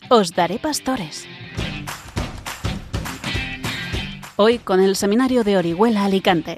Os daré pastores. Hoy con el Seminario de Orihuela Alicante.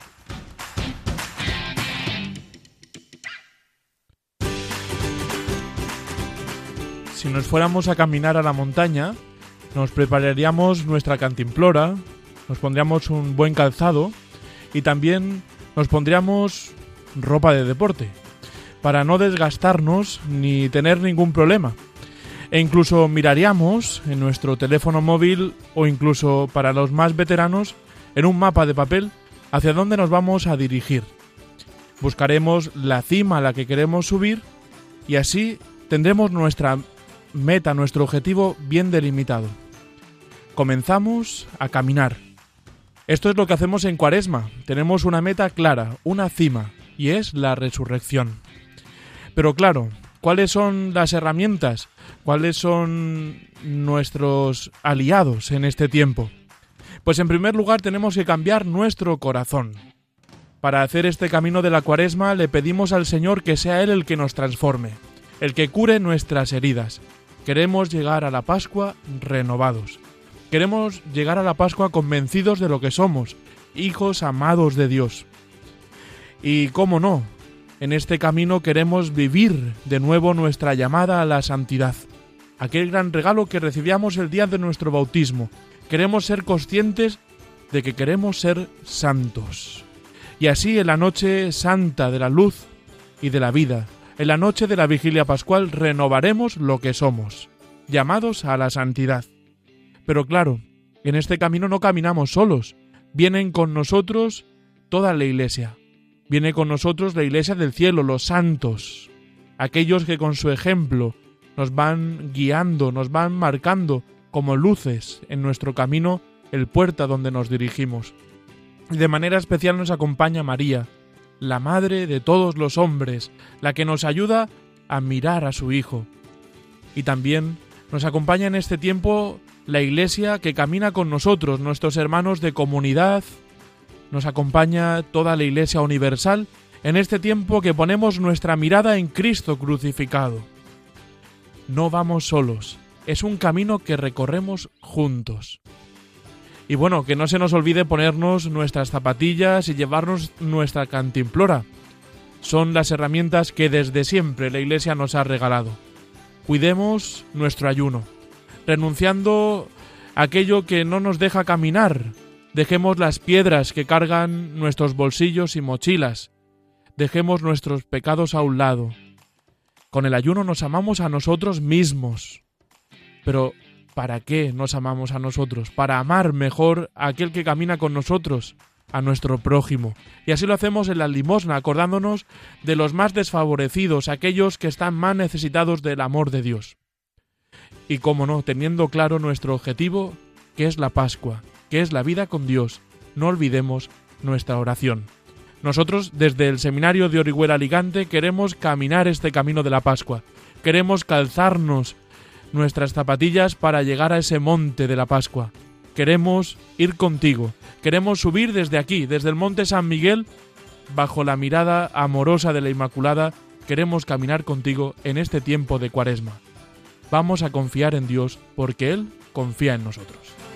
Si nos fuéramos a caminar a la montaña, nos prepararíamos nuestra cantimplora, nos pondríamos un buen calzado y también nos pondríamos ropa de deporte, para no desgastarnos ni tener ningún problema. E incluso miraríamos en nuestro teléfono móvil o incluso para los más veteranos en un mapa de papel hacia dónde nos vamos a dirigir. Buscaremos la cima a la que queremos subir y así tendremos nuestra meta, nuestro objetivo bien delimitado. Comenzamos a caminar. Esto es lo que hacemos en Cuaresma. Tenemos una meta clara, una cima, y es la resurrección. Pero claro, ¿cuáles son las herramientas? ¿Cuáles son nuestros aliados en este tiempo? Pues en primer lugar tenemos que cambiar nuestro corazón. Para hacer este camino de la Cuaresma le pedimos al Señor que sea Él el que nos transforme, el que cure nuestras heridas. Queremos llegar a la Pascua renovados. Queremos llegar a la Pascua convencidos de lo que somos, hijos amados de Dios. Y cómo no, en este camino queremos vivir de nuevo nuestra llamada a la santidad, aquel gran regalo que recibíamos el día de nuestro bautismo. Queremos ser conscientes de que queremos ser santos. Y así en la noche santa de la luz y de la vida, en la noche de la vigilia pascual renovaremos lo que somos, llamados a la santidad. Pero claro, en este camino no caminamos solos, vienen con nosotros toda la Iglesia. Viene con nosotros la Iglesia del cielo, los santos, aquellos que con su ejemplo nos van guiando, nos van marcando como luces en nuestro camino el puerta donde nos dirigimos. Y de manera especial nos acompaña María, la madre de todos los hombres, la que nos ayuda a mirar a su Hijo. Y también nos acompaña en este tiempo la Iglesia que camina con nosotros, nuestros hermanos de comunidad. Nos acompaña toda la Iglesia universal en este tiempo que ponemos nuestra mirada en Cristo crucificado. No vamos solos, es un camino que recorremos juntos. Y bueno, que no se nos olvide ponernos nuestras zapatillas y llevarnos nuestra cantimplora. Son las herramientas que desde siempre la Iglesia nos ha regalado. Cuidemos nuestro ayuno, renunciando a aquello que no nos deja caminar. Dejemos las piedras que cargan nuestros bolsillos y mochilas. Dejemos nuestros pecados a un lado. Con el ayuno nos amamos a nosotros mismos. Pero, ¿para qué nos amamos a nosotros? Para amar mejor a aquel que camina con nosotros, a nuestro prójimo. Y así lo hacemos en la limosna, acordándonos de los más desfavorecidos, aquellos que están más necesitados del amor de Dios. Y cómo no, teniendo claro nuestro objetivo, que es la Pascua, que es la vida con Dios, no olvidemos nuestra oración. Nosotros, desde el Seminario de Orihuela Alicante, queremos caminar este camino de la Pascua. Queremos calzarnos nuestras zapatillas para llegar a ese monte de la Pascua. Queremos ir contigo. Queremos subir desde aquí, desde el Monte San Miguel, bajo la mirada amorosa de la Inmaculada. Queremos caminar contigo en este tiempo de Cuaresma. Vamos a confiar en Dios porque Él confía en nosotros.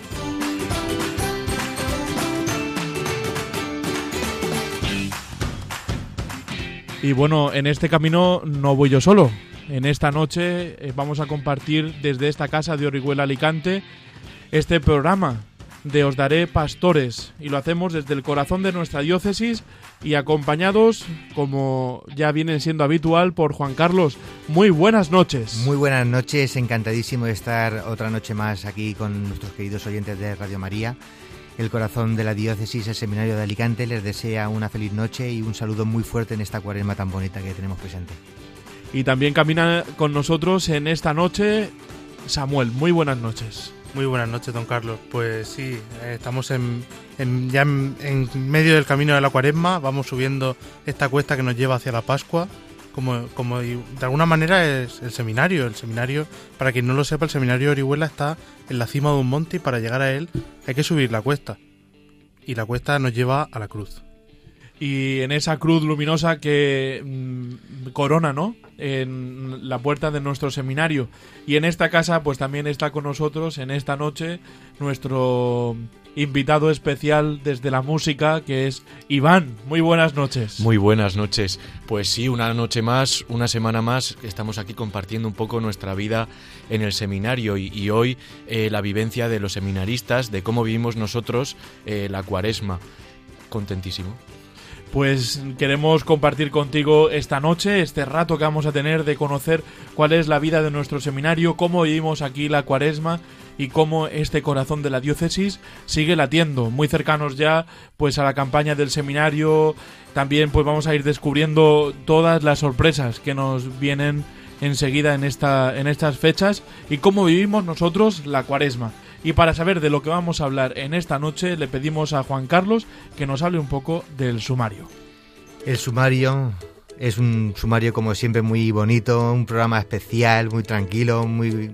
Y bueno, en este camino no voy yo solo. En esta noche vamos a compartir desde esta casa de Orihuela Alicante este programa de Os daré pastores. Y lo hacemos desde el corazón de nuestra diócesis y acompañados, como ya viene siendo habitual, por Juan Carlos. Muy buenas noches. Muy buenas noches, encantadísimo de estar otra noche más aquí con nuestros queridos oyentes de Radio María. El corazón de la diócesis, el Seminario de Alicante, les desea una feliz noche y un saludo muy fuerte en esta Cuaresma tan bonita que tenemos presente. Y también camina con nosotros en esta noche Samuel. Muy buenas noches. Muy buenas noches, don Carlos. Pues sí, estamos en medio del camino de la Cuaresma, vamos subiendo esta cuesta que nos lleva hacia la Pascua, como de alguna manera es el seminario. El seminario, para quien no lo sepa, el Seminario de Orihuela está en la cima de un monte y para llegar a él hay que subir la cuesta. Y la cuesta nos lleva a la cruz. y en esa cruz luminosa que corona, ¿no?, en la puerta de nuestro seminario. Y en esta casa pues también está con nosotros en esta noche nuestro invitado especial desde la música, que es Iván. Muy buenas noches. Muy buenas noches. Pues sí, una noche más, una semana más, estamos aquí compartiendo un poco nuestra vida en el seminario y hoy la vivencia de los seminaristas, de cómo vivimos nosotros la Cuaresma. Contentísimo. Pues queremos compartir contigo esta noche, este rato que vamos a tener de conocer cuál es la vida de nuestro seminario, cómo vivimos aquí la Cuaresma y cómo este corazón de la diócesis sigue latiendo, muy cercanos ya pues a la campaña del seminario. También pues vamos a ir descubriendo todas las sorpresas que nos vienen enseguida en estas fechas y cómo vivimos nosotros la Cuaresma. Y para saber de lo que vamos a hablar en esta noche, le pedimos a Juan Carlos que nos hable un poco del sumario. El sumario es un sumario, como siempre, muy bonito, un programa especial, muy tranquilo,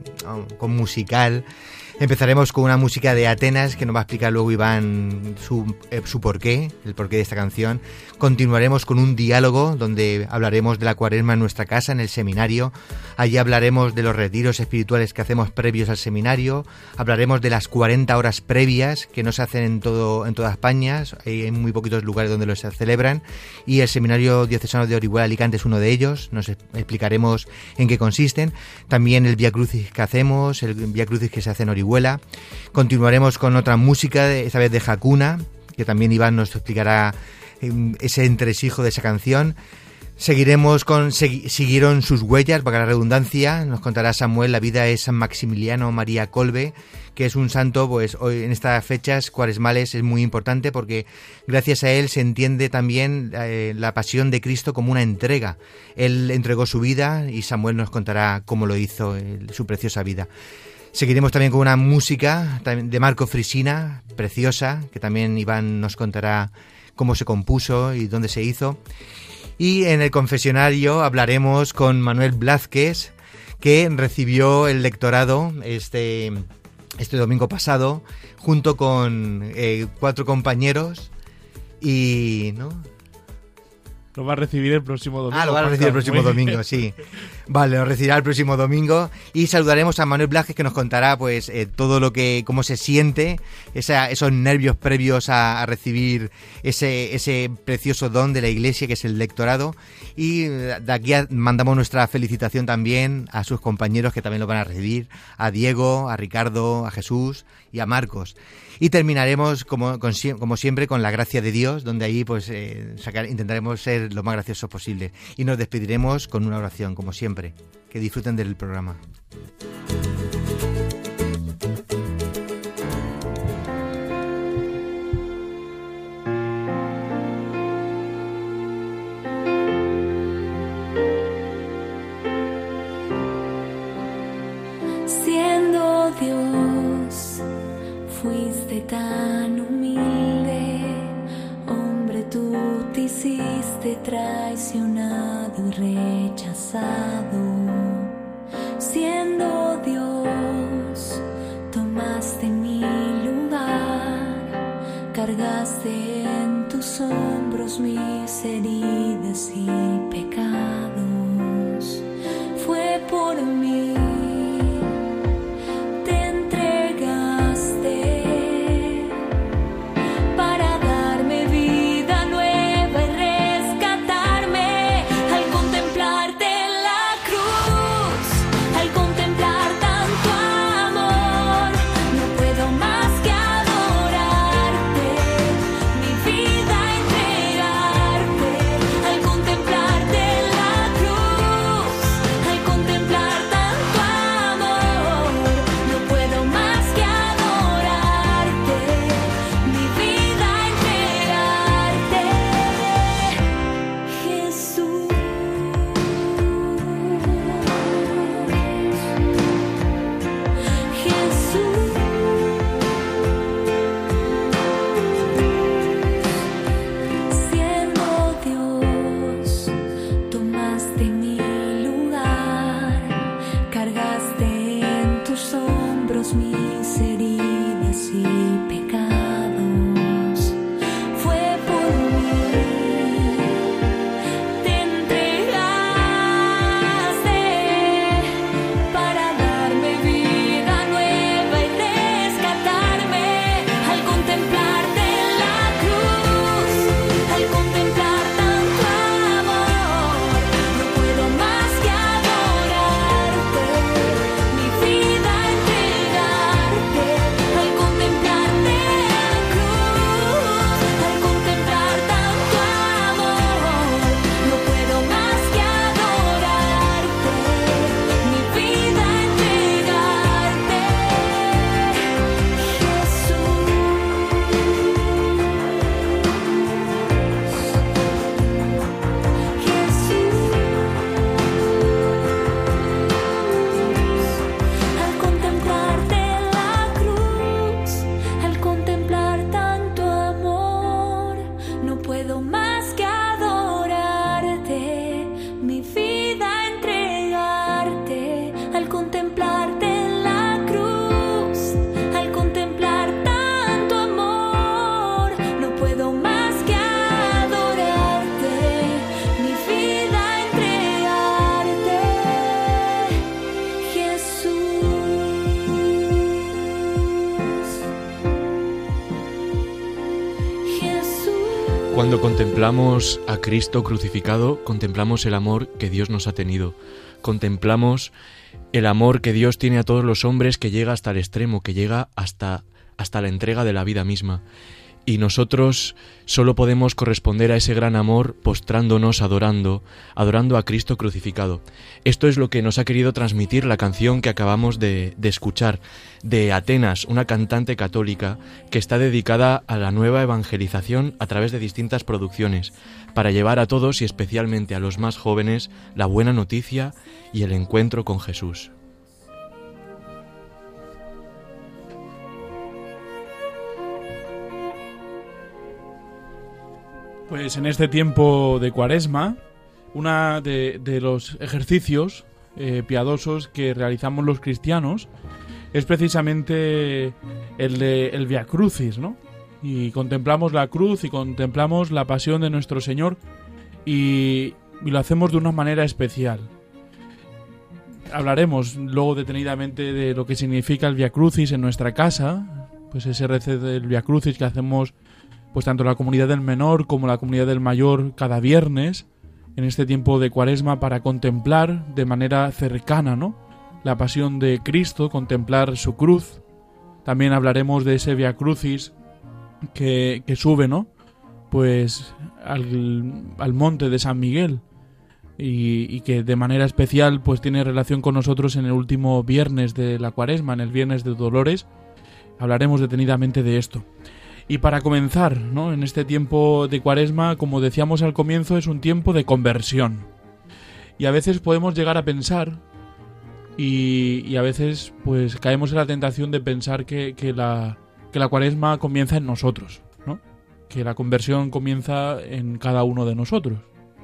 con musical. Empezaremos con una música de Atenas que nos va a explicar luego Iván su porqué, el porqué de esta canción. Continuaremos con un diálogo donde hablaremos de la Cuaresma en nuestra casa, en el seminario. Allí hablaremos de los retiros espirituales que hacemos previos al seminario. Hablaremos de las 40 horas previas que no se hacen en toda España. Hay muy poquitos lugares donde los se celebran. Y el seminario diocesano de Orihuela Alicante es uno de ellos. Nos explicaremos en qué consisten. También el Vía Crucis que hacemos, el Vía Crucis que se hace en Orihuela. Continuaremos con otra música, esta vez de Hakuna, que también Iván nos explicará ese entresijo de esa canción. Seguiremos siguieron sus huellas, para la redundancia. Nos contará Samuel la vida de San Maximiliano María Kolbe, que es un santo, pues hoy en estas fechas cuaresmales es muy importante porque gracias a él se entiende también la pasión de Cristo como una entrega. Él entregó su vida y Samuel nos contará cómo lo hizo, su preciosa vida. Seguiremos también con una música de Marco Frisina, preciosa, que también Iván nos contará cómo se compuso y dónde se hizo. Y en el confesionario hablaremos con Manuel Blázquez, que recibió el lectorado este domingo pasado, junto con 4 compañeros y... ¿no? Lo va a recibir el próximo domingo. Lo va a recibir el próximo domingo, sí. Vale, lo recibirá el próximo domingo. Y saludaremos a Manuel Blázquez, que nos contará pues todo cómo se siente, esos nervios previos a recibir ese precioso don de la Iglesia, que es el lectorado. Y de aquí mandamos nuestra felicitación también a sus compañeros, que también lo van a recibir, a Diego, a Ricardo, a Jesús y a Marcos. Y terminaremos, como siempre, con la gracia de Dios, donde ahí pues intentaremos ser lo más graciosos posible. Y nos despediremos con una oración, como siempre. Que disfruten del programa. Siendo Dios, fuiste tan humilde, hombre, tú te hiciste traicionado y rechazado. Siendo Dios, tomaste mi lugar, cargaste en tus hombros mis heridas y pecados. Fue por mí. Cruz contemplamos a Cristo crucificado, contemplamos el amor que Dios nos ha tenido. Contemplamos el amor que Dios tiene a todos los hombres, que llega hasta el extremo, que llega hasta la entrega de la vida misma. Y nosotros solo podemos corresponder a ese gran amor postrándonos, adorando a Cristo crucificado. Esto es lo que nos ha querido transmitir la canción que acabamos de escuchar, de Atenas, una cantante católica que está dedicada a la nueva evangelización a través de distintas producciones, para llevar a todos y especialmente a los más jóvenes la buena noticia y el encuentro con Jesús. Pues en este tiempo de Cuaresma, uno de los ejercicios piadosos que realizamos los cristianos es precisamente el Via Crucis, ¿no? Y contemplamos la cruz y contemplamos la pasión de nuestro Señor y lo hacemos de una manera especial. Hablaremos luego detenidamente de lo que significa el Via Crucis en nuestra casa, pues ese rezo del Via Crucis que hacemos pues tanto la comunidad del menor como la comunidad del mayor cada viernes en este tiempo de Cuaresma, para contemplar de manera cercana, ¿no?, la pasión de Cristo, contemplar su cruz. También hablaremos de ese Via Crucis que sube, ¿no?, pues al monte de San Miguel y que de manera especial pues tiene relación con nosotros en el último viernes de la Cuaresma, en el Viernes de Dolores. Hablaremos detenidamente de esto. Y para comenzar, ¿no?, en este tiempo de Cuaresma, como decíamos al comienzo, es un tiempo de conversión. Y a veces podemos llegar a pensar, y a veces pues caemos en la tentación de pensar que la Cuaresma comienza en nosotros, ¿no?, que la conversión comienza en cada uno de nosotros.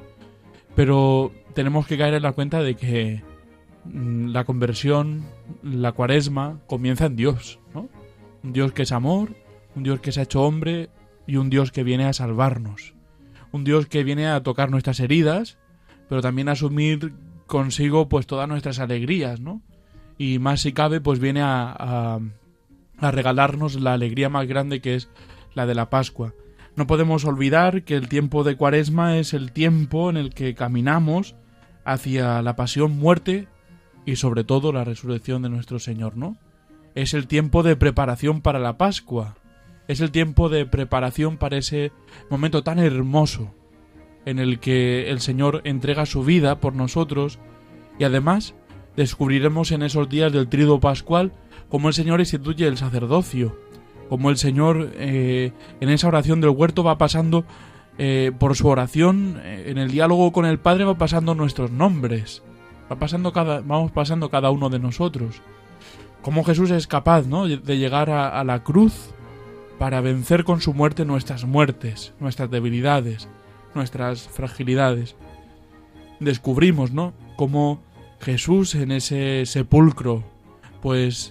Pero tenemos que caer en la cuenta de que la conversión, la Cuaresma, comienza en Dios, ¿no? Un Dios que es amor, un Dios que se ha hecho hombre y un Dios que viene a salvarnos. Un Dios que viene a tocar nuestras heridas, pero también a asumir consigo pues todas nuestras alegrías, ¿no? Y más si cabe, pues viene a regalarnos la alegría más grande, que es la de la Pascua. No podemos olvidar que el tiempo de Cuaresma es el tiempo en el que caminamos hacia la pasión, muerte y sobre todo la resurrección de nuestro Señor, ¿no? Es el tiempo de preparación para la Pascua. Es el tiempo de preparación para ese momento tan hermoso en el que el Señor entrega su vida por nosotros, y además descubriremos en esos días del Tríodo Pascual cómo el Señor instituye el sacerdocio, cómo el Señor en esa oración del huerto va pasando por su oración, en el diálogo con el Padre va pasando nuestros nombres, vamos pasando cada uno de nosotros. Cómo Jesús es capaz, ¿no?, de llegar a la cruz para vencer con su muerte nuestras muertes, nuestras debilidades, nuestras fragilidades. Descubrimos, ¿no?, cómo Jesús en ese sepulcro, pues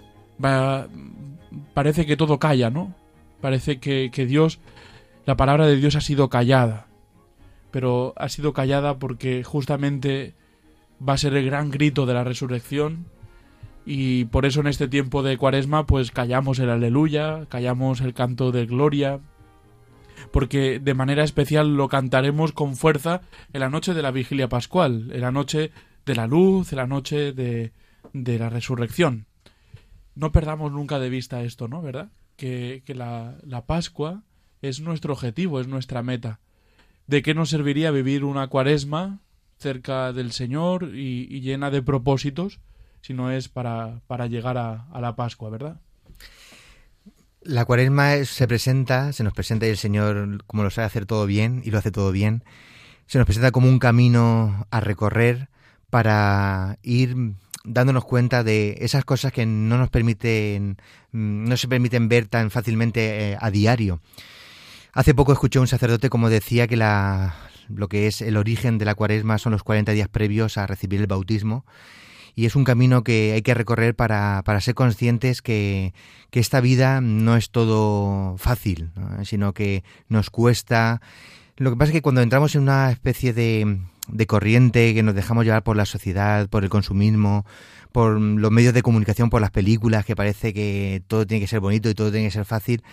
parece que todo calla, ¿no? Parece que Dios, la palabra de Dios ha sido callada, pero ha sido callada porque justamente va a ser el gran grito de la resurrección. Y por eso en este tiempo de Cuaresma pues callamos el aleluya, callamos el canto de gloria, porque de manera especial lo cantaremos con fuerza en la noche de la Vigilia Pascual, en la noche de la luz, en la noche de la resurrección. No perdamos nunca de vista esto, ¿no?, ¿verdad? Que la Pascua es nuestro objetivo, es nuestra meta. ¿De qué nos serviría vivir una Cuaresma cerca del Señor y llena de propósitos, si no es para llegar a la Pascua, ¿verdad? La Cuaresma se nos presenta y el Señor, como lo sabe hacer todo bien, y lo hace todo bien, se nos presenta como un camino a recorrer para ir dándonos cuenta de esas cosas que no se permiten ver tan fácilmente a diario. Hace poco escuché a un sacerdote como decía que lo que es el origen de la Cuaresma son los 40 días previos a recibir el bautismo. Y es un camino que hay que recorrer para ser conscientes que esta vida no es todo fácil, ¿no?, sino que nos cuesta. Lo que pasa es que cuando entramos en una especie de corriente, que nos dejamos llevar por la sociedad, por el consumismo, por los medios de comunicación, por las películas, que parece que todo tiene que ser bonito y todo tiene que ser fácil,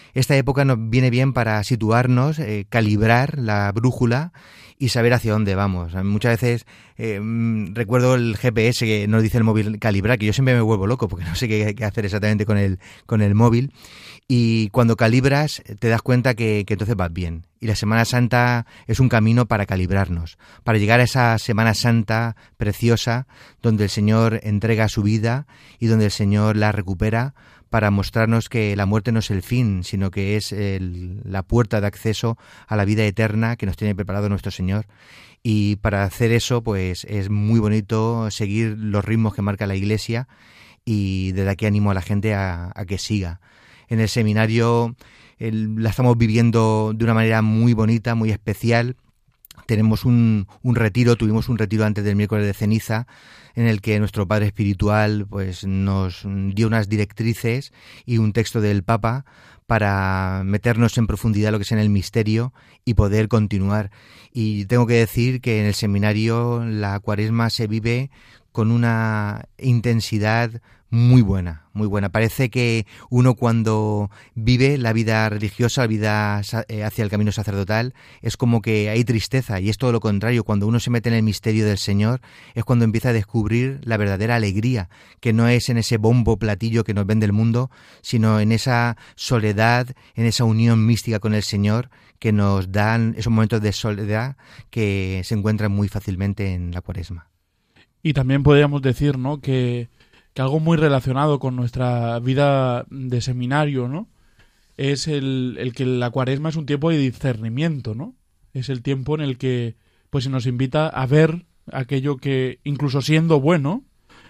Esta época nos viene bien para situarnos, calibrar la brújula y saber hacia dónde vamos. Muchas veces recuerdo el GPS que nos dice el móvil calibrar, que yo siempre me vuelvo loco porque no sé qué hacer exactamente con el móvil. Y cuando calibras te das cuenta que entonces vas bien. Y la Semana Santa es un camino para calibrarnos, para llegar a esa Semana Santa preciosa donde el Señor entrega su vida y donde el Señor la recupera para mostrarnos que la muerte no es el fin, sino que es la puerta de acceso a la vida eterna que nos tiene preparado nuestro Señor. Y para hacer eso, pues es muy bonito seguir los ritmos que marca la Iglesia, y desde aquí animo a la gente a que siga. En el seminario la estamos viviendo de una manera muy bonita, muy especial. Tenemos un retiro, tuvimos un retiro antes del miércoles de ceniza, en el que nuestro padre espiritual pues nos dio unas directrices y un texto del Papa para meternos en profundidad lo que es en el misterio y poder continuar. Y tengo que decir que en el seminario la Cuaresma se vive con una intensidad muy buena, muy buena. Parece que uno cuando vive la vida religiosa, la vida hacia el camino sacerdotal, es como que hay tristeza, y es todo lo contrario. Cuando uno se mete en el misterio del Señor es cuando empieza a descubrir la verdadera alegría, que no es en ese bombo platillo que nos vende el mundo, sino en esa soledad, en esa unión mística con el Señor que nos dan esos momentos de soledad que se encuentran muy fácilmente en la Cuaresma. Y también podríamos decir, ¿no?, que algo muy relacionado con nuestra vida de seminario, ¿no?, es el que la Cuaresma es un tiempo de discernimiento, ¿no? Es el tiempo en el que pues se nos invita a ver aquello que, incluso siendo bueno,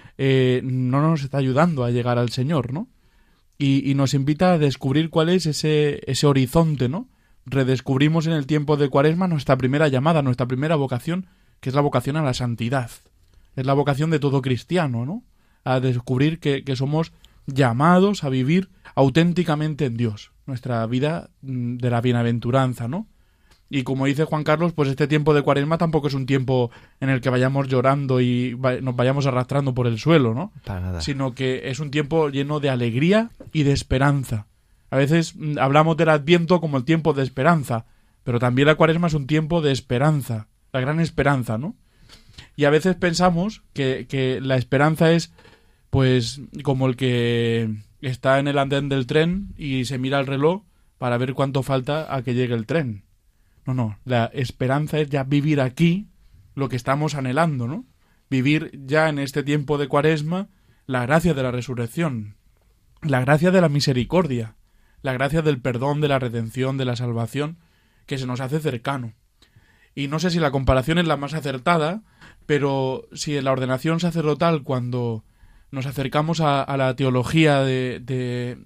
no nos está ayudando a llegar al Señor, ¿no? Y nos invita a descubrir cuál es ese horizonte, ¿no? Redescubrimos en el tiempo de Cuaresma nuestra primera llamada, nuestra primera vocación, que es la vocación a la santidad. Es la vocación de todo cristiano, ¿no? A descubrir que somos llamados a vivir auténticamente en Dios, nuestra vida de la bienaventuranza, ¿no? Y como dice Juan Carlos, pues este tiempo de Cuaresma tampoco es un tiempo en el que vayamos llorando y nos vayamos arrastrando por el suelo, ¿no? Para nada. Sino que es un tiempo lleno de alegría y de esperanza. A veces hablamos del Adviento como el tiempo de esperanza, pero también la Cuaresma es un tiempo de esperanza, la gran esperanza, ¿no? Y a veces pensamos que la esperanza es pues como el que está en el andén del tren y se mira el reloj para ver cuánto falta a que llegue el tren. No, la esperanza es ya vivir aquí lo que estamos anhelando, ¿no? Vivir ya en este tiempo de Cuaresma la gracia de la resurrección, la gracia de la misericordia, la gracia del perdón, de la redención, de la salvación, que se nos hace cercano. Y no sé si la comparación es la más acertada, pero si en la ordenación sacerdotal, cuando nos acercamos a la teología del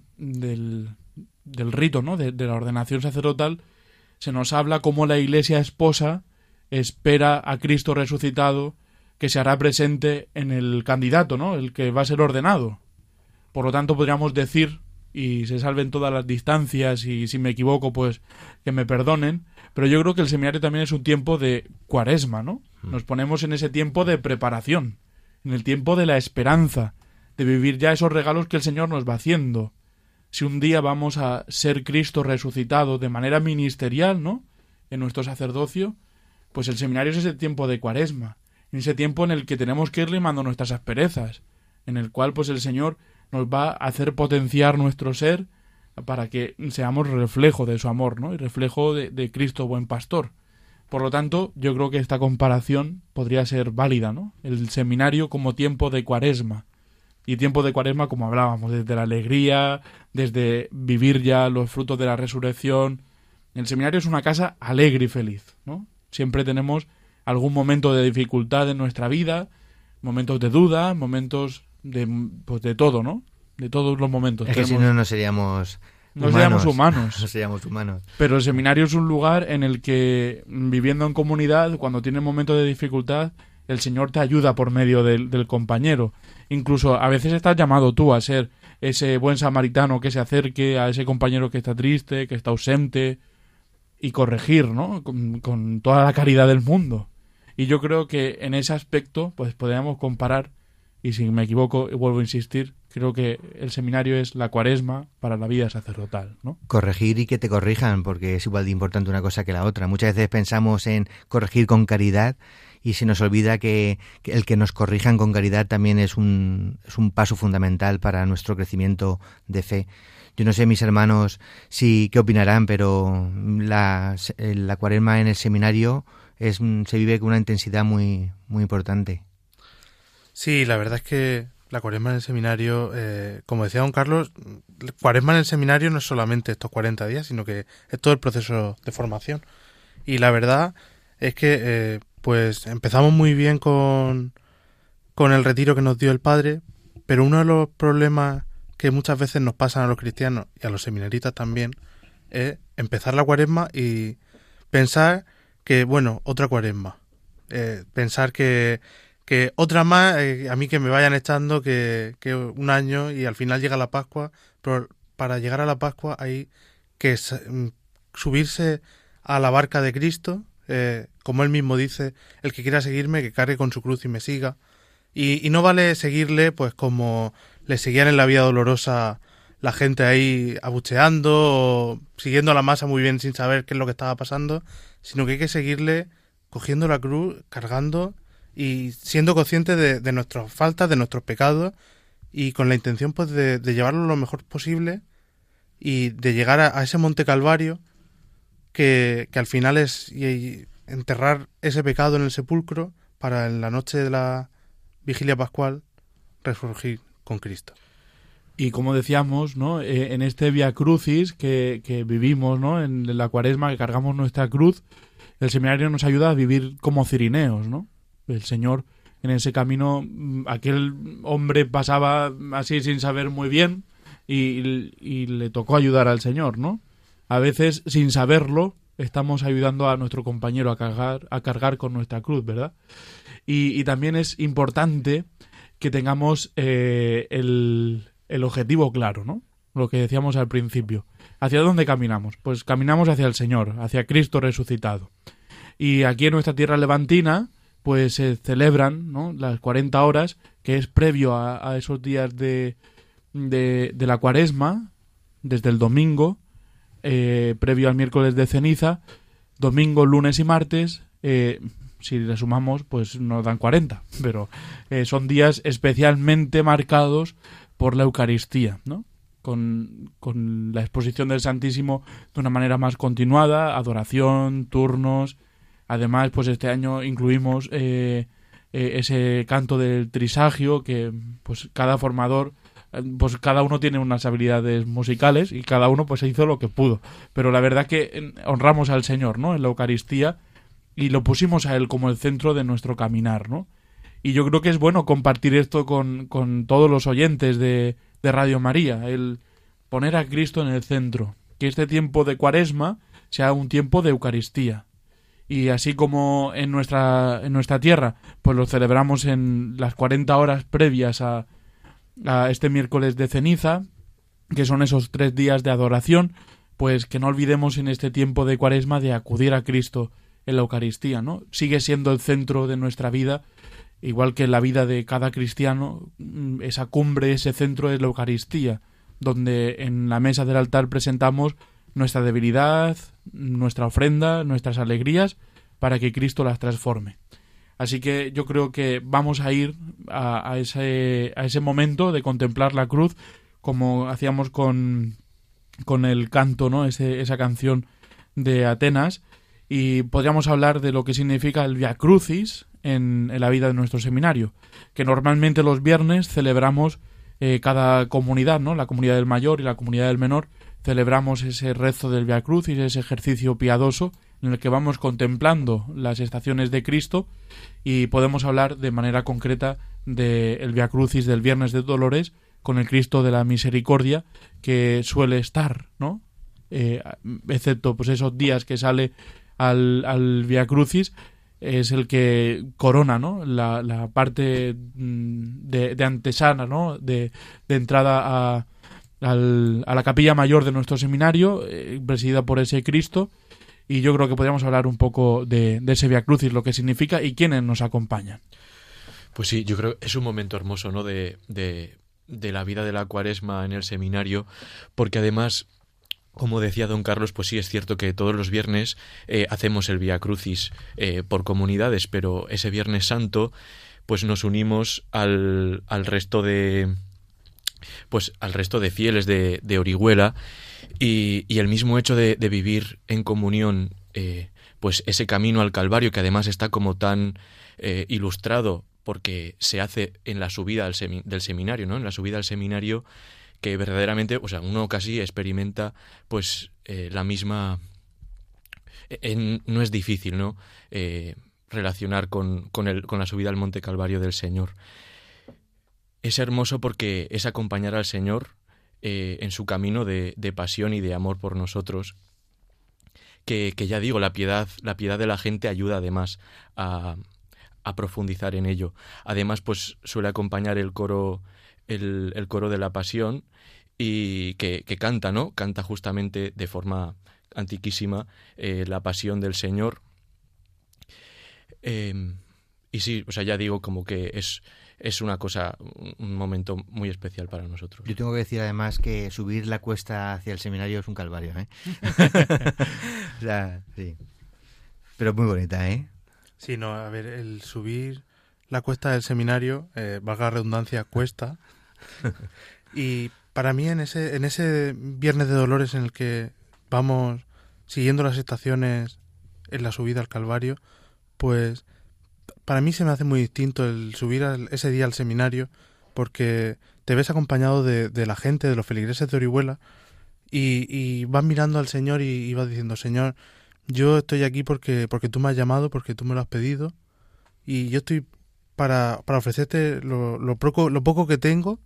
rito, ¿no?, de la ordenación sacerdotal, se nos habla cómo la Iglesia esposa espera a Cristo resucitado, que se hará presente en el candidato, ¿no?, el que va a ser ordenado. Por lo tanto, podríamos decir, y se salven todas las distancias, y si me equivoco, pues que me perdonen, pero yo creo que el seminario también es un tiempo de Cuaresma, ¿no? Nos ponemos en ese tiempo de preparación, en el tiempo de la esperanza, de vivir ya esos regalos que el Señor nos va haciendo. Si un día vamos a ser Cristo resucitado de manera ministerial, ¿no?, en nuestro sacerdocio, pues el seminario es ese tiempo de Cuaresma, en ese tiempo en el que tenemos que ir limando nuestras asperezas, en el cual pues el Señor nos va a hacer potenciar nuestro ser para que seamos reflejo de su amor, ¿no?, y reflejo de Cristo buen pastor. Por lo tanto, yo creo que esta comparación podría ser válida, ¿no? El seminario como tiempo de Cuaresma. Y tiempo de Cuaresma, como hablábamos, desde la alegría, desde vivir ya los frutos de la resurrección. El seminario es una casa alegre y feliz, ¿no? Siempre tenemos algún momento de dificultad en nuestra vida, momentos de duda, momentos de todo, ¿no? De todos los momentos. Es que si no seríamos humanos. No seríamos humanos. Pero el seminario es un lugar en el que, viviendo en comunidad, cuando tienes momentos de dificultad, el Señor te ayuda por medio del compañero. Incluso a veces estás llamado tú a ser ese buen samaritano que se acerque a ese compañero que está triste, que está ausente, y corregir, ¿no?, con toda la caridad del mundo. Y yo creo que en ese aspecto pues podríamos comparar, y si me equivoco vuelvo a insistir, Creo que el seminario es la cuaresma para la vida sacerdotal, ¿no? Corregir y que te corrijan, porque es igual de importante una cosa que la otra. Muchas veces pensamos en corregir con caridad y se nos olvida que el que nos corrijan con caridad también es un paso fundamental para nuestro crecimiento de fe. Yo no sé, mis hermanos, qué opinarán, pero la cuaresma en el seminario se vive con una intensidad muy, muy importante. Sí, la verdad es que la cuaresma en el seminario, como decía don Carlos, cuaresma en el seminario no es solamente estos 40 días, sino que es todo el proceso de formación. Y la verdad es que pues empezamos muy bien con el retiro que nos dio el Padre, pero uno de los problemas que muchas veces nos pasan a los cristianos y a los seminaristas también es empezar la cuaresma y pensar que, bueno, otra cuaresma. Pensar que otra más, a mí que me vayan echando que un año y al final llega la Pascua, pero para llegar a la Pascua hay que subirse a la barca de Cristo, como él mismo dice, el que quiera seguirme, que cargue con su cruz y me siga. Y no vale seguirle pues como le seguían en la Vía Dolorosa la gente ahí abucheando o siguiendo a la masa muy bien sin saber qué es lo que estaba pasando, sino que hay que seguirle cogiendo la cruz, cargando y siendo conscientes de nuestras faltas, de nuestros pecados y con la intención pues de llevarlo lo mejor posible y de llegar a ese Monte Calvario que al final es y enterrar ese pecado en el sepulcro para en la noche de la Vigilia Pascual resurgir con Cristo. Y como decíamos, ¿no? En este Via Crucis que vivimos, ¿no? En la cuaresma, que cargamos nuestra cruz, el seminario nos ayuda a vivir como cirineos, ¿no? El Señor, en ese camino, aquel hombre pasaba así sin saber muy bien y le tocó ayudar al Señor, ¿no? A veces, sin saberlo, estamos ayudando a nuestro compañero a cargar con nuestra cruz, ¿verdad? Y también es importante que tengamos el objetivo claro, ¿no? Lo que decíamos al principio. ¿Hacia dónde caminamos? Pues caminamos hacia el Señor, hacia Cristo resucitado. Y aquí en nuestra tierra levantina, pues se celebran, ¿no? Las 40 horas, que es previo a esos días de la cuaresma, desde el domingo, previo al miércoles de ceniza, domingo, lunes y martes. Si le sumamos, pues nos dan 40, pero son días especialmente marcados por la Eucaristía, ¿no? Con la exposición del Santísimo de una manera más continuada, adoración, turnos. Además, pues este año incluimos ese canto del trisagio que pues cada formador, pues cada uno tiene unas habilidades musicales y cada uno pues hizo lo que pudo. Pero la verdad que honramos al Señor, ¿no? En la Eucaristía y lo pusimos a Él como el centro de nuestro caminar, ¿no? Y yo creo que es bueno compartir esto con todos los oyentes de Radio María, el poner a Cristo en el centro, que este tiempo de cuaresma sea un tiempo de Eucaristía. Y así como en nuestra tierra, pues lo celebramos en las 40 horas previas a este miércoles de ceniza, que son esos 3 días de adoración, pues que no olvidemos en este tiempo de cuaresma de acudir a Cristo en la Eucaristía, ¿no? Sigue siendo el centro de nuestra vida, igual que en la vida de cada cristiano, esa cumbre, ese centro es la Eucaristía, donde en la mesa del altar presentamos nuestra debilidad, nuestra ofrenda, nuestras alegrías, para que Cristo las transforme. Así que yo creo que vamos a ir a ese momento de contemplar la cruz, como hacíamos con el canto, ¿no? Esa canción de Atenas, y podríamos hablar de lo que significa el Via Crucis en la vida de nuestro seminario, que normalmente los viernes celebramos cada comunidad, ¿no? La comunidad del mayor y la comunidad del menor, celebramos ese rezo del Via Crucis, ese ejercicio piadoso en el que vamos contemplando las estaciones de Cristo, y podemos hablar de manera concreta del Via Crucis del Viernes de Dolores con el Cristo de la Misericordia, que suele estar, ¿no? Excepto pues esos días que sale al Via Crucis, es el que corona, ¿no? la parte de antesana, ¿no? de entrada a la capilla mayor de nuestro seminario, presidida por ese Cristo. Y yo creo que podríamos hablar un poco de ese Via Crucis, lo que significa y quiénes nos acompañan. Pues sí, yo creo que es un momento hermoso, ¿no? De de la vida de la Cuaresma en el seminario, porque además, como decía don Carlos, pues sí es cierto que todos los viernes hacemos el Vía Crucis por comunidades, pero ese Viernes Santo pues nos unimos al resto de fieles de Orihuela, y el mismo hecho de vivir en comunión pues ese camino al Calvario, que además está como tan ilustrado porque se hace en la subida del seminario, ¿no? En la subida al seminario, que verdaderamente, o sea, uno casi experimenta pues la misma... no es difícil, ¿no? Relacionar con la subida al Monte Calvario del Señor. Es hermoso porque es acompañar al Señor en su camino de pasión y de amor por nosotros, que ya digo, la piedad de la gente ayuda además a profundizar en ello. Además, pues suele acompañar el coro de la Pasión, y que canta, ¿no? Canta justamente de forma antiquísima la Pasión del Señor. Y sí, o sea, ya digo, como que es una cosa, un momento muy especial para nosotros. Yo tengo que decir además que subir la cuesta hacia el seminario es un calvario, ¿eh? O sea, sí. Pero muy bonita, ¿eh? Sí, no, a ver, el subir la cuesta del seminario, valga la redundancia, cuesta. Y para mí en ese Viernes de Dolores en el que vamos siguiendo las estaciones en la subida al Calvario, pues para mí se me hace muy distinto el subir ese día al seminario, porque te ves acompañado de la gente, de los feligreses de Orihuela, y vas mirando al Señor y vas diciendo: Señor, yo estoy aquí porque tú me has llamado, porque tú me lo has pedido, y yo estoy para ofrecerte lo poco que tengo,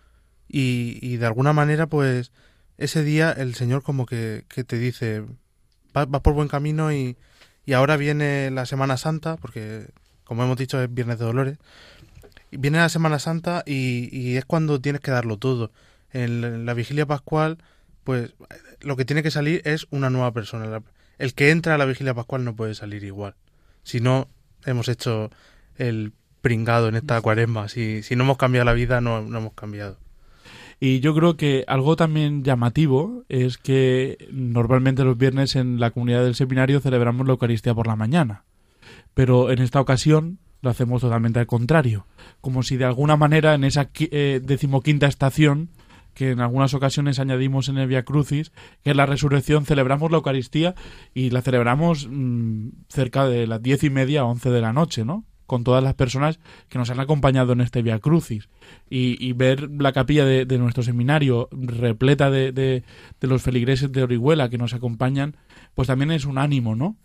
y de alguna manera pues ese día el Señor como que te dice: vas por buen camino, y ahora viene la Semana Santa, porque como hemos dicho es Viernes de Dolores, y viene la Semana Santa y es cuando tienes que darlo todo. En la Vigilia Pascual pues lo que tiene que salir es una nueva persona. El que entra a la Vigilia Pascual no puede salir igual. Si no hemos hecho el pringado en esta Cuaresma, si no hemos cambiado la vida, no hemos cambiado. Y yo creo que algo también llamativo es que normalmente los viernes en la comunidad del seminario celebramos la Eucaristía por la mañana, pero en esta ocasión lo hacemos totalmente al contrario, como si de alguna manera en esa 15ª estación, que en algunas ocasiones añadimos en el Vía Crucis, que es la resurrección, celebramos la Eucaristía y la celebramos cerca de las 10:30 a 11 de la noche, ¿no? Con todas las personas que nos han acompañado en este Vía Crucis, y ver la capilla de nuestro seminario repleta de los feligreses de Orihuela que nos acompañan, pues también es un ánimo, ¿no?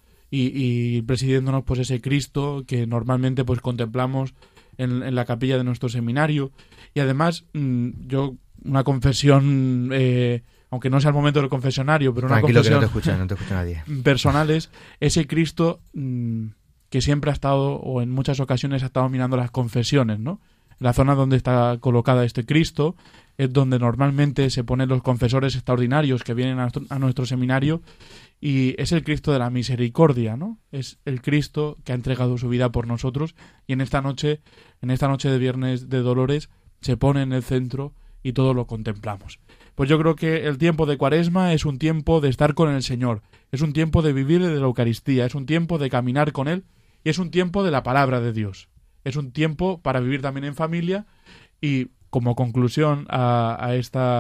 Y presidiéndonos pues ese Cristo que normalmente pues contemplamos en la capilla de nuestro seminario. Y además yo, una confesión, aunque no sea el momento del confesionario, pero una Tranquilo, confesión que no te escucha nadie. Personal, es ese Cristo que siempre ha estado, o en muchas ocasiones ha estado mirando las confesiones, ¿no? La zona donde está colocada este Cristo es donde normalmente se ponen los confesores extraordinarios que vienen a nuestro seminario, y es el Cristo de la misericordia, ¿no? Es el Cristo que ha entregado su vida por nosotros, y en esta noche de Viernes de Dolores se pone en el centro y todo lo contemplamos. Pues yo creo que el tiempo de Cuaresma es un tiempo de estar con el Señor, es un tiempo de vivir de la Eucaristía, es un tiempo de caminar con Él, y es un tiempo de la palabra de Dios. Es un tiempo para vivir también en familia. Y como conclusión a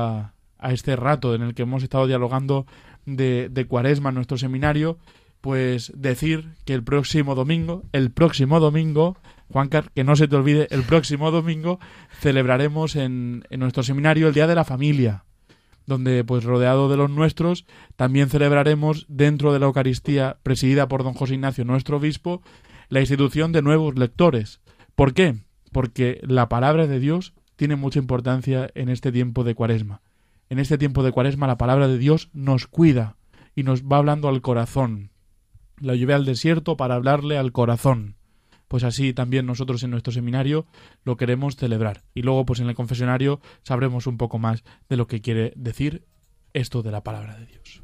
este rato en el que hemos estado dialogando de Cuaresma en nuestro seminario, pues decir que el próximo domingo, Juancar, que no se te olvide, el próximo domingo celebraremos en nuestro seminario el Día de la Familia, donde pues rodeado de los nuestros también celebraremos, dentro de la Eucaristía presidida por don José Ignacio, nuestro obispo, la institución de nuevos lectores. ¿Por qué? Porque la palabra de Dios tiene mucha importancia en este tiempo de Cuaresma. En este tiempo de Cuaresma la palabra de Dios nos cuida y nos va hablando al corazón. La llevé al desierto para hablarle al corazón. Pues así también nosotros en nuestro seminario lo queremos celebrar. Y luego pues en el confesionario sabremos un poco más de lo que quiere decir esto de la palabra de Dios.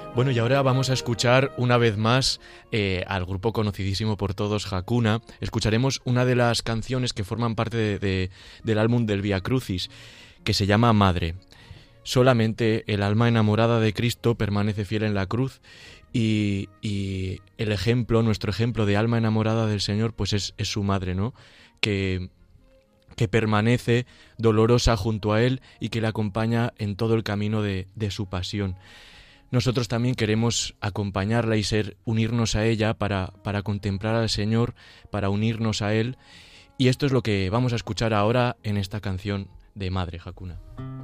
Bueno, y ahora vamos a escuchar una vez más al grupo conocidísimo por todos, Hakuna. Escucharemos una de las canciones que forman parte del álbum del Vía Crucis, que se llama Madre. Solamente el alma enamorada de Cristo permanece fiel en la cruz y el ejemplo, nuestro ejemplo de alma enamorada del Señor, pues es su madre, ¿no? Que permanece dolorosa junto a Él y que le acompaña en todo el camino de su pasión. Nosotros también queremos acompañarla y unirnos a ella para contemplar al Señor, para unirnos a Él. Y esto es lo que vamos a escuchar ahora en esta canción de Madre, Hakuna.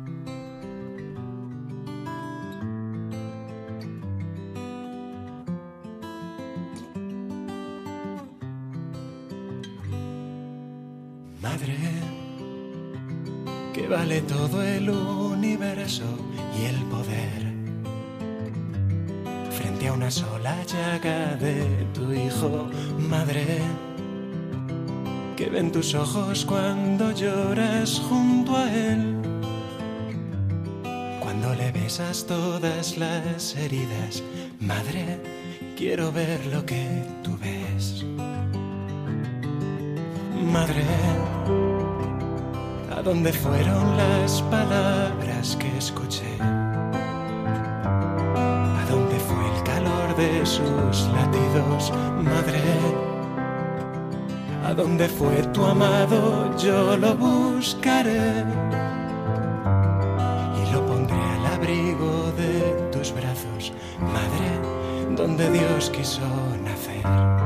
Madre, que vale todo el universo y el poder, frente a una sola llaga de tu hijo. Madre, que ven tus ojos cuando lloras junto a él, cuando le besas todas las heridas. Madre, quiero ver lo que tú ves. Madre, ¿a dónde fueron las palabras que escuché? ¿A dónde fue el calor de sus latidos? Madre, ¿a dónde fue tu amado? Yo lo buscaré y lo pondré al abrigo de tus brazos. Madre, donde Dios quiso nacer.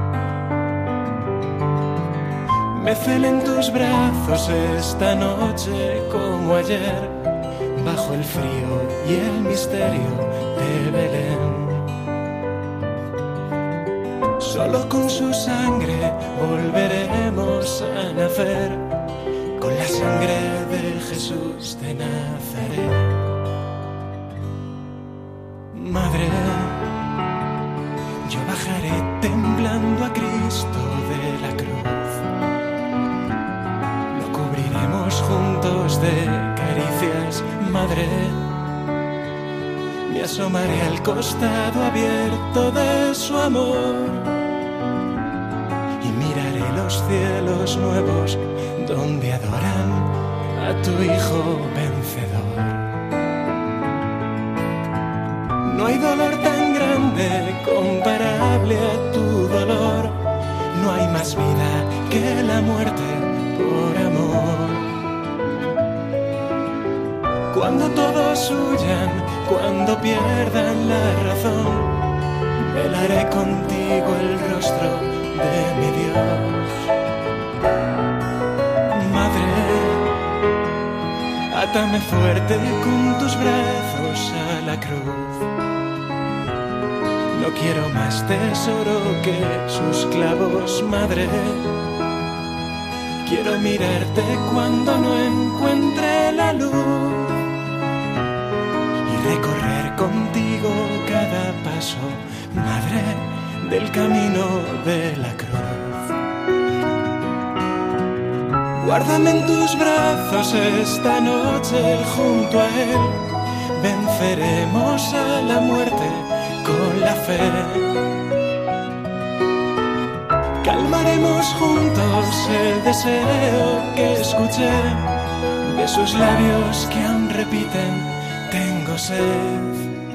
Me celen tus brazos esta noche como ayer, bajo el frío y el misterio de Belén. Solo con su sangre volveremos a nacer, con la sangre de Jesús de Nazaret. Madre, yo bajaré temblando a Cristo de la cruz. Juntos de caricias, madre, me asomaré al costado abierto de su amor y miraré los cielos nuevos donde adoran a tu Hijo vencedor. No hay dolor tan grande comparable a tu dolor, no hay más vida que la muerte por amor. Cuando todos huyan, cuando pierdan la razón, velaré contigo el rostro de mi Dios. Madre, átame fuerte con tus brazos a la cruz. No quiero más tesoro que sus clavos, madre. Quiero mirarte cuando no encuentre la luz, recorrer contigo cada paso, madre, del camino de la cruz. Guárdame en tus brazos esta noche junto a Él, venceremos a la muerte con la fe. Calmaremos juntos el deseo que escuché de sus labios que aún repiten: tengo sed,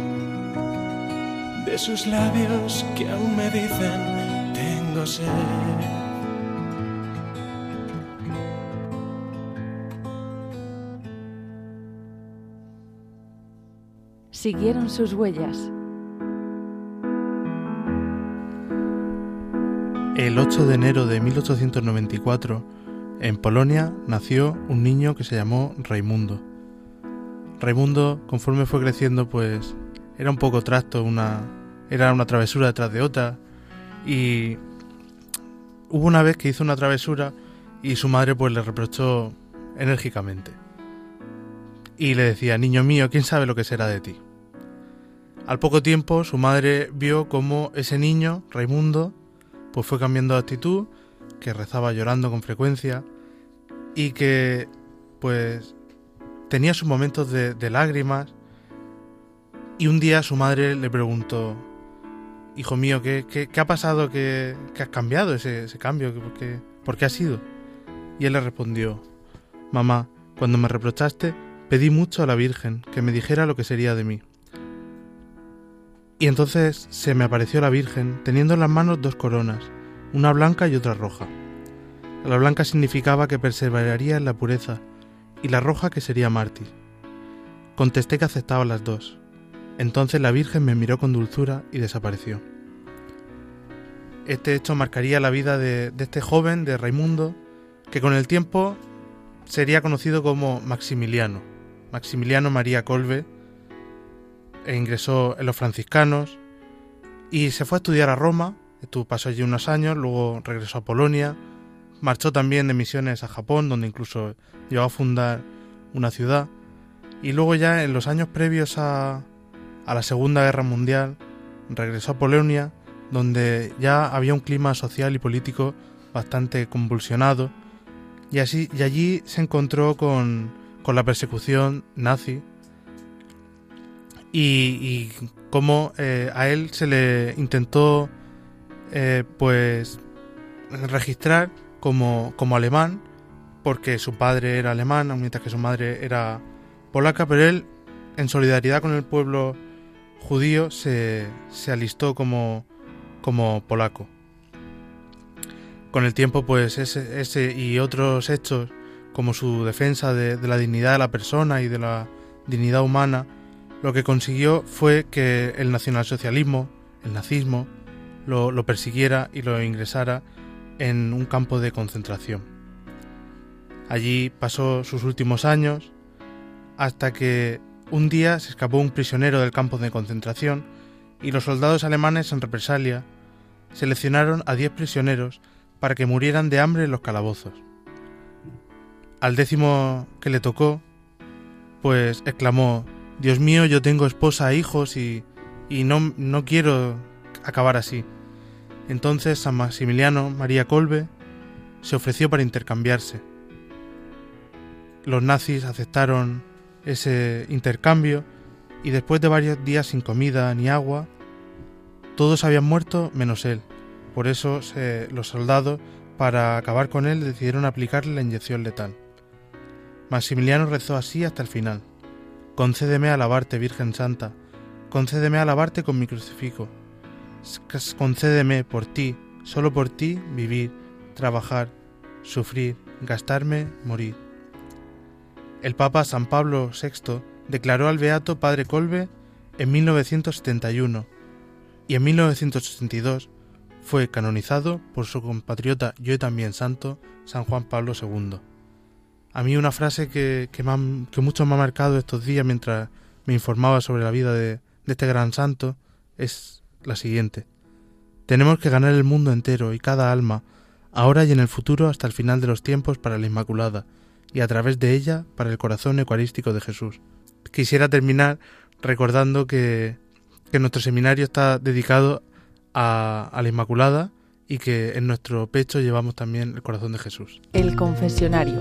de sus labios que aún me dicen: tengo sed. Siguieron sus huellas. El 8 de enero de 1894, en Polonia, nació un niño que se llamó Raimundo. Raimundo, conforme fue creciendo, pues era un poco trasto, era una travesura detrás de otra, y hubo una vez que hizo una travesura y su madre pues le reprochó enérgicamente y le decía: niño mío, ¿quién sabe lo que será de ti? Al poco tiempo su madre vio cómo ese niño, Raimundo, pues fue cambiando de actitud, que rezaba llorando con frecuencia y que pues tenía sus momentos de lágrimas, Y un día su madre le preguntó: hijo mío, ¿qué ha pasado? ¿Qué has cambiado ese cambio? ¿Por qué ha sido? Y él le respondió: mamá, cuando me reprochaste, pedí mucho a la Virgen que me dijera lo que sería de mí. Y entonces se me apareció la Virgen teniendo en las manos 2 coronas, una blanca y otra roja. La blanca significaba que perseveraría en la pureza y la roja que sería mártir. Contesté que aceptaba las 2. Entonces la Virgen me miró con dulzura y desapareció. Este hecho marcaría la vida de este joven, de Raimundo, que con el tiempo sería conocido como Maximiliano María Kolbe, e ingresó en los franciscanos y se fue a estudiar a Roma. Pasó allí unos años, luego regresó a Polonia, marchó también de misiones a Japón, donde incluso llegó a fundar una ciudad, y luego ya en los años previos a la Segunda Guerra Mundial regresó a Polonia, donde ya había un clima social y político bastante convulsionado, y allí se encontró con la persecución nazi y cómo a él se le intentó pues registrar como alemán, porque su padre era alemán, mientras que su madre era polaca, pero él, en solidaridad con el pueblo judío, se alistó como polaco. Con el tiempo, pues ese y otros hechos, como su defensa de la dignidad de la persona y de la dignidad humana, lo que consiguió fue que el nacionalsocialismo, el nazismo, lo persiguiera y lo ingresara en un campo de concentración. Allí pasó sus últimos años, hasta que un día se escapó un prisionero del campo de concentración y los soldados alemanes, en represalia, seleccionaron a 10 prisioneros para que murieran de hambre en los calabozos. Al 10º que le tocó, pues exclamó: Dios mío, yo tengo esposa e hijos y no quiero acabar así. Entonces San Maximiliano María Kolbe se ofreció para intercambiarse. Los nazis aceptaron ese intercambio y después de varios días sin comida ni agua, todos habían muerto menos él. Por eso los soldados, para acabar con él, decidieron aplicarle la inyección letal. Maximiliano rezó así hasta el final: concédeme alabarte, Virgen Santa, concédeme alabarte con mi crucifijo, concédeme por ti, solo por ti, vivir, trabajar, sufrir, gastarme, morir. El Papa San Pablo VI declaró al beato Padre Kolbe en 1971 y en 1982 fue canonizado por su compatriota y hoy también santo, San Juan Pablo II. A mí una frase que mucho me ha marcado estos días mientras me informaba sobre la vida de este gran santo es la siguiente: tenemos que ganar el mundo entero y cada alma, ahora y en el futuro hasta el final de los tiempos, para la Inmaculada, y a través de ella para el corazón eucarístico de Jesús. Quisiera terminar recordando que nuestro seminario está dedicado a la Inmaculada y que en nuestro pecho llevamos también el corazón de Jesús. El confesionario.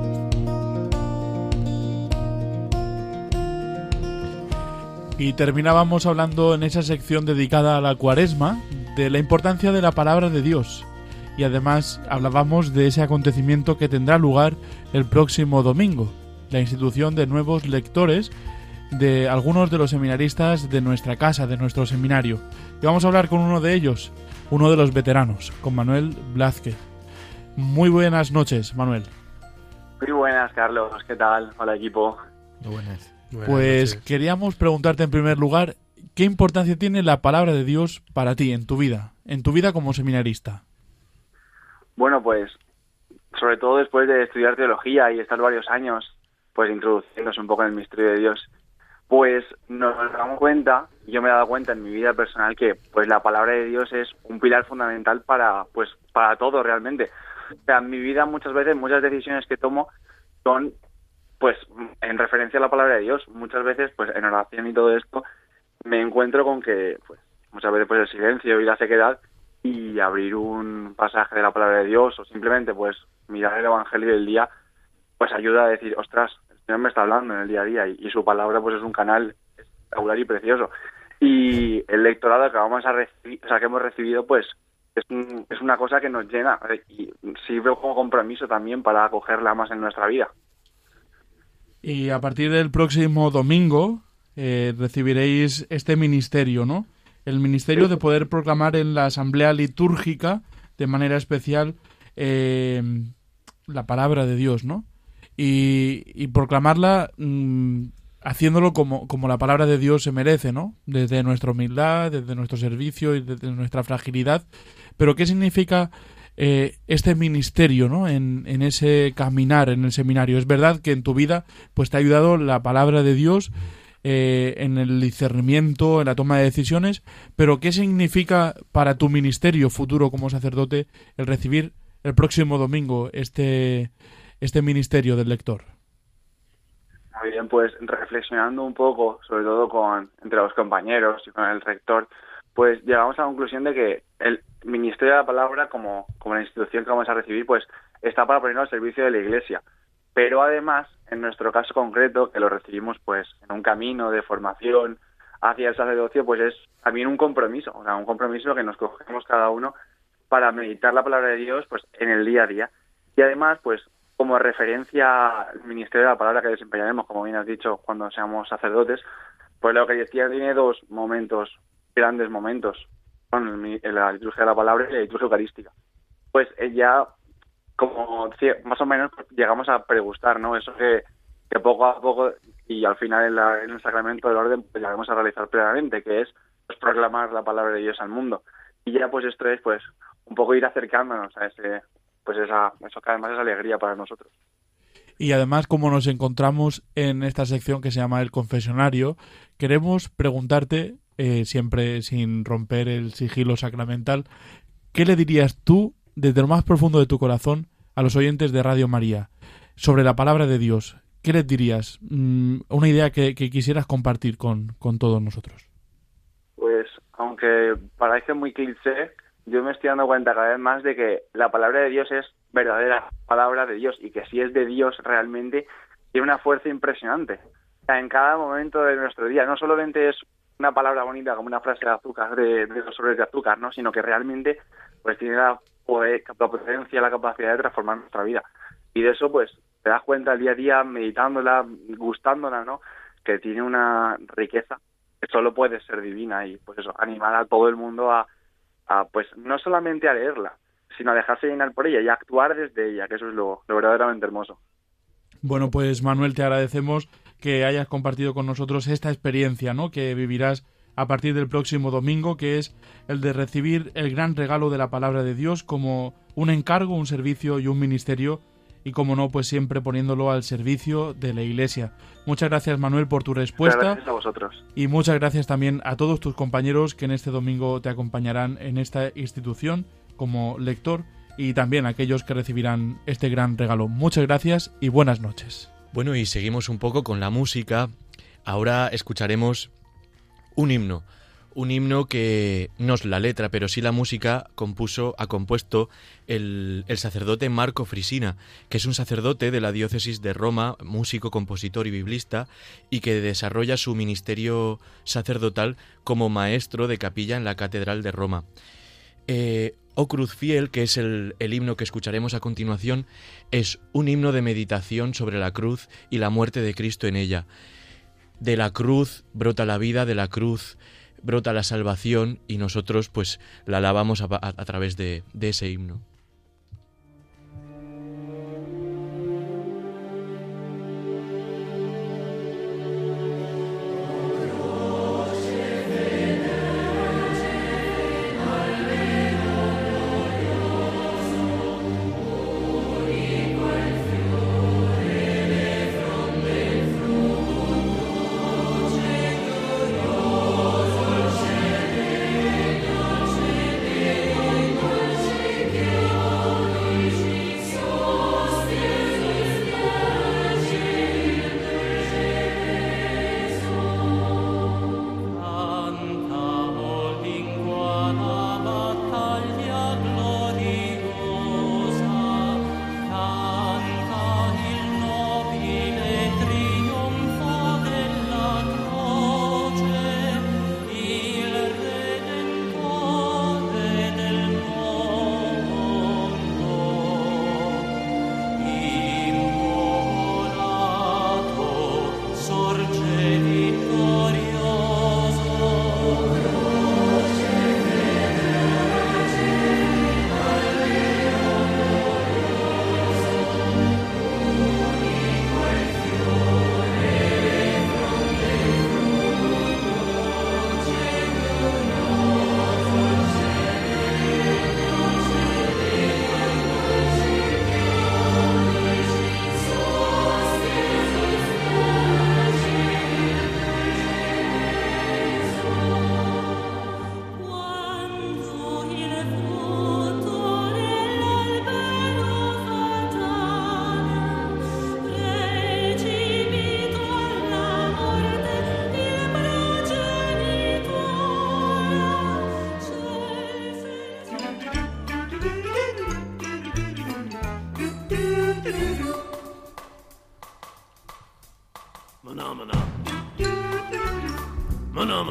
Y terminábamos hablando en esa sección dedicada a la Cuaresma de la importancia de la palabra de Dios. Y además hablábamos de ese acontecimiento que tendrá lugar el próximo domingo, la institución de nuevos lectores de algunos de los seminaristas de nuestra casa, de nuestro seminario. Y vamos a hablar con uno de ellos, uno de los veteranos, con Manuel Blázquez. Muy buenas noches, Manuel. Muy buenas, Carlos. ¿Qué tal? Hola, equipo. Muy buenas. Pues queríamos preguntarte en primer lugar, ¿qué importancia tiene la palabra de Dios para ti, en tu vida como seminarista? Bueno, pues sobre todo después de estudiar teología y estar varios años pues introduciéndose un poco en el misterio de Dios, pues nos damos cuenta, yo me he dado cuenta en mi vida personal, que pues la palabra de Dios es un pilar fundamental para todo realmente. O sea, en mi vida muchas veces, muchas decisiones que tomo son pues en referencia a la palabra de Dios. Muchas veces pues en oración y todo esto me encuentro con que pues muchas veces pues el silencio y la sequedad, y abrir un pasaje de la palabra de Dios o simplemente pues mirar el Evangelio del día pues ayuda a decir, ostras, el Señor me está hablando en el día a día, y su palabra pues es un canal espectacular y precioso. Y el lectorado que vamos a recibir, que hemos recibido, pues es una cosa que nos llena y sirve como compromiso también para acogerla más en nuestra vida. Y a partir del próximo domingo recibiréis este ministerio, ¿no? El ministerio de poder proclamar en la asamblea litúrgica de manera especial la palabra de Dios, ¿no? Y proclamarla haciéndolo como la palabra de Dios se merece, ¿no? Desde nuestra humildad, desde nuestro servicio y desde nuestra fragilidad. Pero ¿qué significa este ministerio, ¿no? En ese caminar en el seminario? Es verdad que en tu vida pues te ha ayudado la palabra de Dios en el discernimiento, en la toma de decisiones, pero ¿qué significa para tu ministerio futuro como sacerdote el recibir el próximo domingo este ministerio del lector? Muy bien, pues reflexionando un poco, sobre todo entre los compañeros y con el rector, pues llegamos a la conclusión de que el Ministerio de la Palabra, como la institución que vamos a recibir, pues está para ponerlo al servicio de la Iglesia. Pero además, en nuestro caso concreto, que lo recibimos pues en un camino de formación hacia el sacerdocio, pues es también un compromiso que nos cogemos cada uno para meditar la palabra de Dios pues en el día a día. Y además, pues como referencia al Ministerio de la Palabra que desempeñaremos, como bien has dicho, cuando seamos sacerdotes, pues la Eucaristía tiene dos grandes momentos, en la liturgia de la palabra y la liturgia eucarística. Pues ya, como más o menos, llegamos a pregustar, ¿no? Eso que poco a poco y al final en el sacramento del orden pues llegaremos a realizar plenamente, que es pues, proclamar la palabra de Dios al mundo. Y ya pues esto es pues un poco ir acercándonos a eso que además es alegría para nosotros. Y además, como nos encontramos en esta sección que se llama El Confesionario, queremos preguntarte, siempre sin romper el sigilo sacramental, ¿qué le dirías tú, desde lo más profundo de tu corazón, a los oyentes de Radio María sobre la palabra de Dios? ¿Qué les dirías? Una idea que quisieras compartir con todos nosotros. Pues, aunque parece muy cliché, yo me estoy dando cuenta cada vez más de que la palabra de Dios es verdadera palabra de Dios y que si es de Dios realmente tiene una fuerza impresionante. O sea, en cada momento de nuestro día no solamente es una palabra bonita como una frase de azúcar, de los sobres de azúcar, ¿no? Sino que realmente pues tiene la potencia, la capacidad de transformar nuestra vida. Y de eso pues te das cuenta el día a día meditándola, gustándola, ¿no? Que tiene una riqueza que solo puede ser divina y pues eso, animar a todo el mundo a pues no solamente a leerla, sino a dejarse llenar por ella y a actuar desde ella, que eso es lo verdaderamente hermoso. Bueno, pues Manuel, te agradecemos que hayas compartido con nosotros esta experiencia, ¿no? Que vivirás a partir del próximo domingo, que es el de recibir el gran regalo de la palabra de Dios como un encargo, un servicio y un ministerio, y como no, pues siempre poniéndolo al servicio de la Iglesia. Muchas gracias, Manuel, por tu respuesta. Muchas gracias a vosotros. Y muchas gracias también a todos tus compañeros que en este domingo te acompañarán en esta institución como lector, y también a aquellos que recibirán este gran regalo. Muchas gracias y buenas noches. Bueno, y seguimos un poco con la música. Ahora escucharemos un himno que no es la letra, pero sí la música ha compuesto el sacerdote Marco Frisina, que es un sacerdote de la diócesis de Roma, músico, compositor y biblista, y que desarrolla su ministerio sacerdotal como maestro de capilla en la Catedral de Roma. O Cruz Fiel, que es el himno que escucharemos a continuación, es un himno de meditación sobre la cruz y la muerte de Cristo en ella. De la cruz brota la vida, de la cruz brota la salvación, y nosotros pues la alabamos a través de ese himno.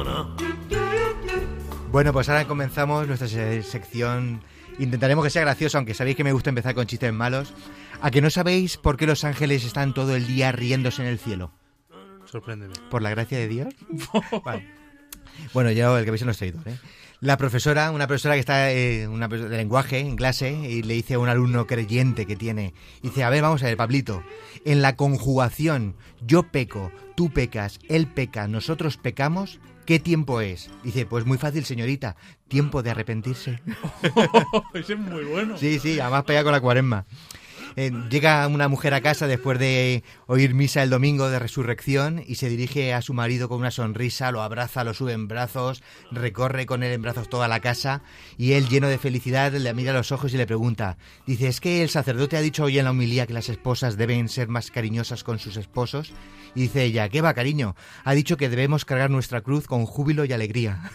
Bueno, pues ahora comenzamos nuestra sección. Intentaremos que sea gracioso, aunque sabéis que me gusta empezar con chistes malos. ¿A que no sabéis por qué los ángeles están todo el día riéndose en el cielo? Sorpréndeme. ¿Por la gracia de Dios? Vale. Bueno, yo el que veis no estoy traidor, ¿eh? Una profesora que está de lenguaje en clase y le dice a un alumno creyente que tiene, dice, a ver, vamos a ver, Pablito, en la conjugación yo peco, tú pecas, él peca, nosotros pecamos, ¿qué tiempo es? Dice, pues muy fácil, señorita, tiempo de arrepentirse. Ese es muy bueno. Sí, además pega con la Cuaresma. Llega una mujer a casa después de oír misa el domingo de resurrección y se dirige a su marido con una sonrisa, lo abraza, lo sube en brazos, recorre con él en brazos toda la casa y él, lleno de felicidad, le mira a los ojos y le pregunta, dice, ¿es que el sacerdote ha dicho hoy en la homilía que las esposas deben ser más cariñosas con sus esposos? Y dice ella, ¿qué va, cariño? Ha dicho que debemos cargar nuestra cruz con júbilo y alegría.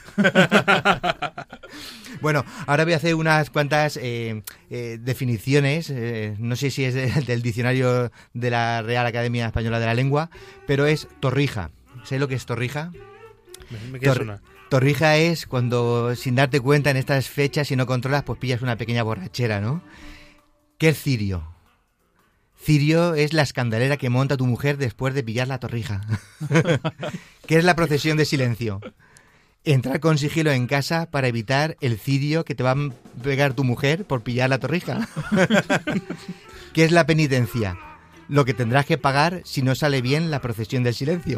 Bueno, ahora voy a hacer unas cuantas definiciones, no sé si es del diccionario de la Real Academia Española de la Lengua, pero es torrija. ¿Sabes lo que es torrija? Me queda sonar. Torrija es cuando, sin darte cuenta en estas fechas, si no controlas, pues pillas una pequeña borrachera, ¿no? ¿Qué es cirio? Cirio es la escandalera que monta tu mujer después de pillar la torrija. ¿Qué es la procesión de silencio? Entrar con sigilo en casa para evitar el cirio que te va a pegar tu mujer por pillar la torrija. ¿Qué es la penitencia? Lo que tendrás que pagar si no sale bien la procesión del silencio.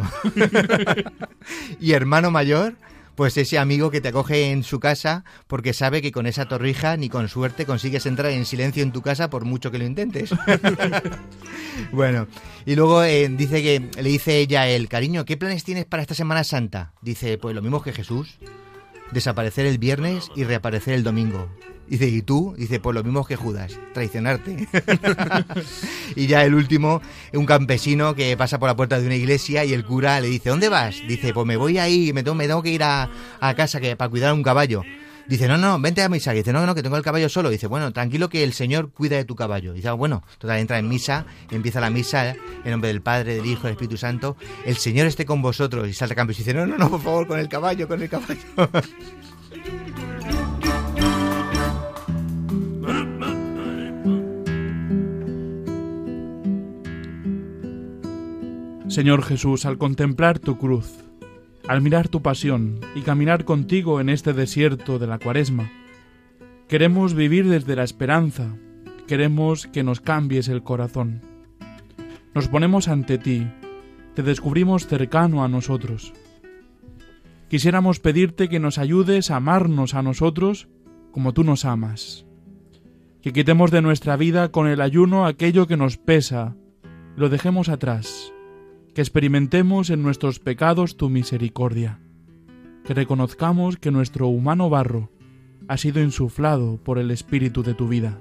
Y hermano mayor, pues ese amigo que te acoge en su casa porque sabe que con esa torrija ni con suerte consigues entrar en silencio en tu casa por mucho que lo intentes. Bueno, y luego dice que le dice ella a él, cariño, ¿qué planes tienes para esta Semana Santa? Dice, pues lo mismo que Jesús, desaparecer el viernes y reaparecer el domingo. Dice, ¿y tú? Dice, pues lo mismo que Judas, traicionarte. Y ya el último, un campesino que pasa por la puerta de una iglesia y el cura le dice, ¿dónde vas? Dice, pues me voy ahí, me tengo que ir a casa para cuidar a un caballo. Dice, no, vente a misa. Dice, no, que tengo el caballo solo. Dice, bueno, tranquilo que el Señor cuida de tu caballo. Dice, bueno, total, entra en misa, empieza la misa, en nombre del Padre, del Hijo, del Espíritu Santo. El Señor esté con vosotros. Y salta el campesino y dice, no, por favor, con el caballo. Señor Jesús, al contemplar tu cruz, al mirar tu pasión y caminar contigo en este desierto de la Cuaresma, queremos vivir desde la esperanza, queremos que nos cambies el corazón. Nos ponemos ante ti, te descubrimos cercano a nosotros. Quisiéramos pedirte que nos ayudes a amarnos a nosotros como tú nos amas. Que quitemos de nuestra vida con el ayuno aquello que nos pesa, lo dejemos atrás. Que experimentemos en nuestros pecados tu misericordia, que reconozcamos que nuestro humano barro ha sido insuflado por el espíritu de tu vida.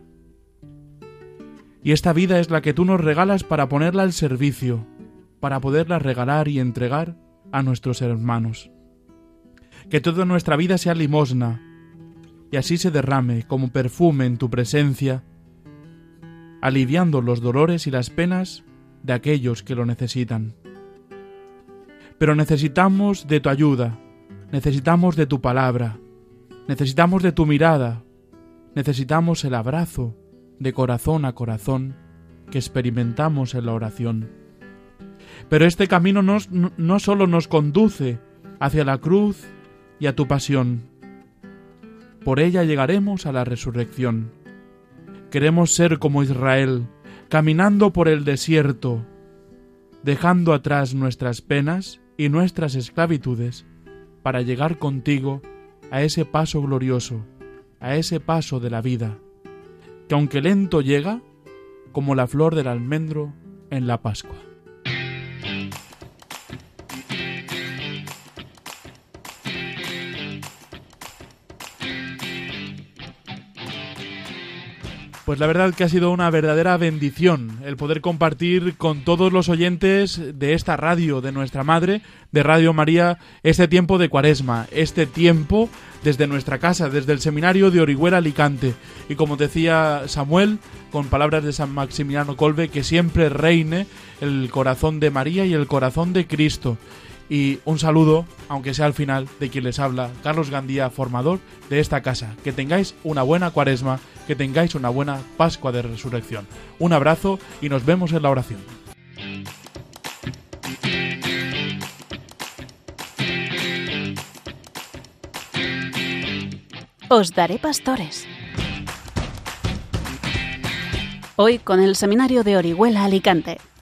Y esta vida es la que tú nos regalas para ponerla al servicio, para poderla regalar y entregar a nuestros hermanos. Que toda nuestra vida sea limosna, y así se derrame como perfume en tu presencia, aliviando los dolores y las penas de aquellos que lo necesitan. Pero necesitamos de tu ayuda, necesitamos de tu palabra, necesitamos de tu mirada, necesitamos el abrazo de corazón a corazón que experimentamos en la oración. Pero este camino no solo nos conduce hacia la cruz y a tu pasión, por ella llegaremos a la resurrección. Queremos ser como Israel, caminando por el desierto, dejando atrás nuestras penas y nuestras esclavitudes para llegar contigo a ese paso glorioso, a ese paso de la vida, que aunque lento llega, como la flor del almendro en la Pascua. Pues la verdad que ha sido una verdadera bendición el poder compartir con todos los oyentes de esta radio, de nuestra madre, de Radio María, este tiempo de Cuaresma, este tiempo desde nuestra casa, desde el seminario de Orihuela Alicante. Y como decía Samuel, con palabras de San Maximiliano Kolbe, que siempre reine el corazón de María y el corazón de Cristo. Y un saludo, aunque sea al final, de quien les habla, Carlos Gandía, formador de esta casa. Que tengáis una buena Cuaresma, que tengáis una buena Pascua de Resurrección. Un abrazo y nos vemos en la oración. Os daré pastores. Hoy con el Seminario de Orihuela Alicante.